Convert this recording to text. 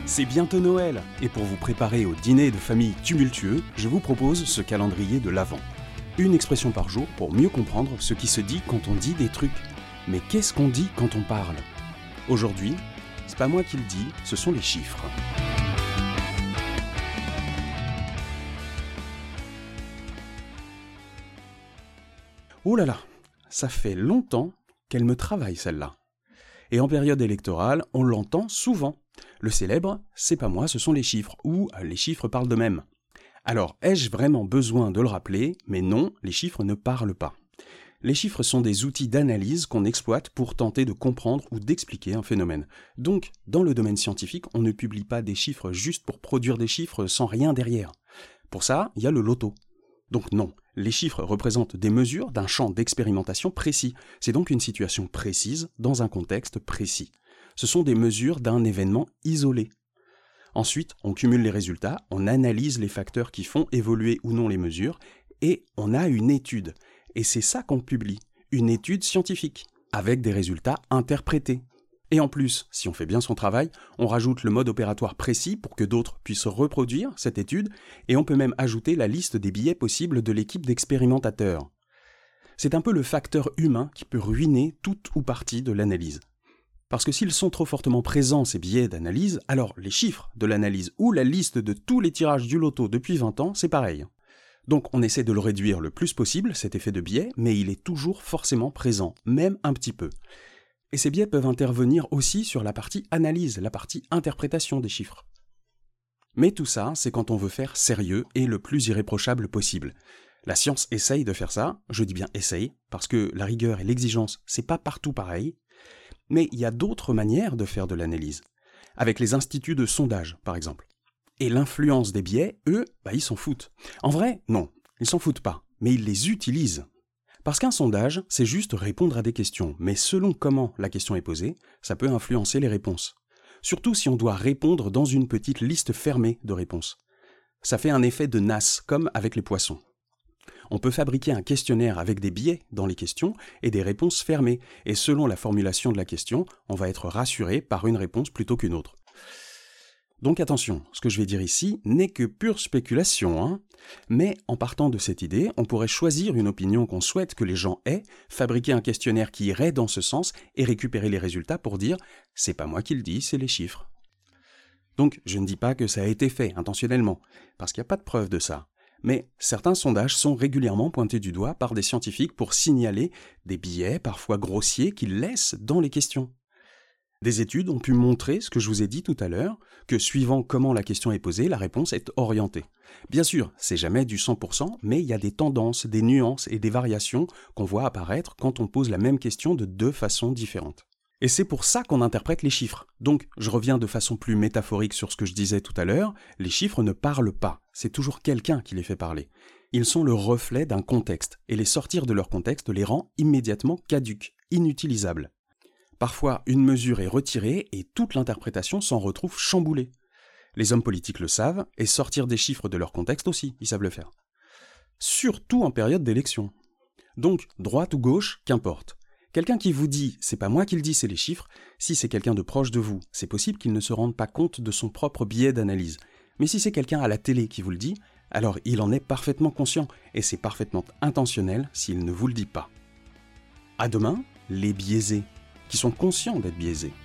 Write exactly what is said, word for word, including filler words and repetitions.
C'est bientôt Noël, et pour vous préparer au dîner de famille tumultueux, je vous propose ce calendrier de l'Avent. Une expression par jour pour mieux comprendre ce qui se dit quand on dit des trucs. Mais qu'est-ce qu'on dit quand on parle ? Aujourd'hui, c'est pas moi qui le dis, ce sont les chiffres. Oh là là, ça fait longtemps qu'elle me travaille celle-là. Et en période électorale, on l'entend souvent. Le célèbre « c'est pas moi, ce sont les chiffres » ou « les chiffres parlent d'eux-mêmes ». Alors, ai-je vraiment besoin de le rappeler ? Mais non, les chiffres ne parlent pas. Les chiffres sont des outils d'analyse qu'on exploite pour tenter de comprendre ou d'expliquer un phénomène. Donc, dans le domaine scientifique, on ne publie pas des chiffres juste pour produire des chiffres sans rien derrière. Pour ça, il y a le loto. Donc non, les chiffres représentent des mesures d'un champ d'expérimentation précis. C'est donc une situation précise dans un contexte précis. Ce sont des mesures d'un événement isolé. Ensuite, on cumule les résultats, on analyse les facteurs qui font évoluer ou non les mesures, et on a une étude. Et c'est ça qu'on publie, une étude scientifique, avec des résultats interprétés. Et en plus, si on fait bien son travail, on rajoute le mode opératoire précis pour que d'autres puissent reproduire cette étude, et on peut même ajouter la liste des billets possibles de l'équipe d'expérimentateurs. C'est un peu le facteur humain qui peut ruiner toute ou partie de l'analyse. Parce que s'ils sont trop fortement présents, ces biais d'analyse, alors les chiffres de l'analyse ou la liste de tous les tirages du loto depuis vingt ans, c'est pareil. Donc on essaie de le réduire le plus possible, cet effet de biais, mais il est toujours forcément présent, même un petit peu. Et ces biais peuvent intervenir aussi sur la partie analyse, la partie interprétation des chiffres. Mais tout ça, c'est quand on veut faire sérieux et le plus irréprochable possible. La science essaye de faire ça, je dis bien essaye, parce que la rigueur et l'exigence, c'est pas partout pareil. Mais il y a d'autres manières de faire de l'analyse, avec les instituts de sondage, par exemple. Et l'influence des biais, eux, bah, ils s'en foutent. En vrai, non, ils s'en foutent pas, mais ils les utilisent. Parce qu'un sondage, c'est juste répondre à des questions, mais selon comment la question est posée, ça peut influencer les réponses. Surtout si on doit répondre dans une petite liste fermée de réponses. Ça fait un effet de nasse, comme avec les poissons. On peut fabriquer un questionnaire avec des biais dans les questions et des réponses fermées, et selon la formulation de la question, on va être rassuré par une réponse plutôt qu'une autre. Donc attention, ce que je vais dire ici n'est que pure spéculation, hein. Mais en partant de cette idée, on pourrait choisir une opinion qu'on souhaite que les gens aient, fabriquer un questionnaire qui irait dans ce sens et récupérer les résultats pour dire « c'est pas moi qui le dis, c'est les chiffres ». Donc je ne dis pas que ça a été fait intentionnellement, parce qu'il n'y a pas de preuve de ça. Mais certains sondages sont régulièrement pointés du doigt par des scientifiques pour signaler des biais parfois grossiers qu'ils laissent dans les questions. Des études ont pu montrer ce que je vous ai dit tout à l'heure, que suivant comment la question est posée, la réponse est orientée. Bien sûr, c'est jamais du cent pour cent, mais il y a des tendances, des nuances et des variations qu'on voit apparaître quand on pose la même question de deux façons différentes. Et c'est pour ça qu'on interprète les chiffres. Donc, je reviens de façon plus métaphorique sur ce que je disais tout à l'heure, les chiffres ne parlent pas, c'est toujours quelqu'un qui les fait parler. Ils sont le reflet d'un contexte, et les sortir de leur contexte les rend immédiatement caduques, inutilisables. Parfois, une mesure est retirée et toute l'interprétation s'en retrouve chamboulée. Les hommes politiques le savent, et sortir des chiffres de leur contexte aussi, ils savent le faire. Surtout en période d'élection. Donc, droite ou gauche, qu'importe. Quelqu'un qui vous dit « c'est pas moi qui le dis, c'est les chiffres », si c'est quelqu'un de proche de vous, c'est possible qu'il ne se rende pas compte de son propre biais d'analyse. Mais si c'est quelqu'un à la télé qui vous le dit, alors il en est parfaitement conscient, et c'est parfaitement intentionnel s'il ne vous le dit pas. À demain, les biaisés, qui sont conscients d'être biaisés.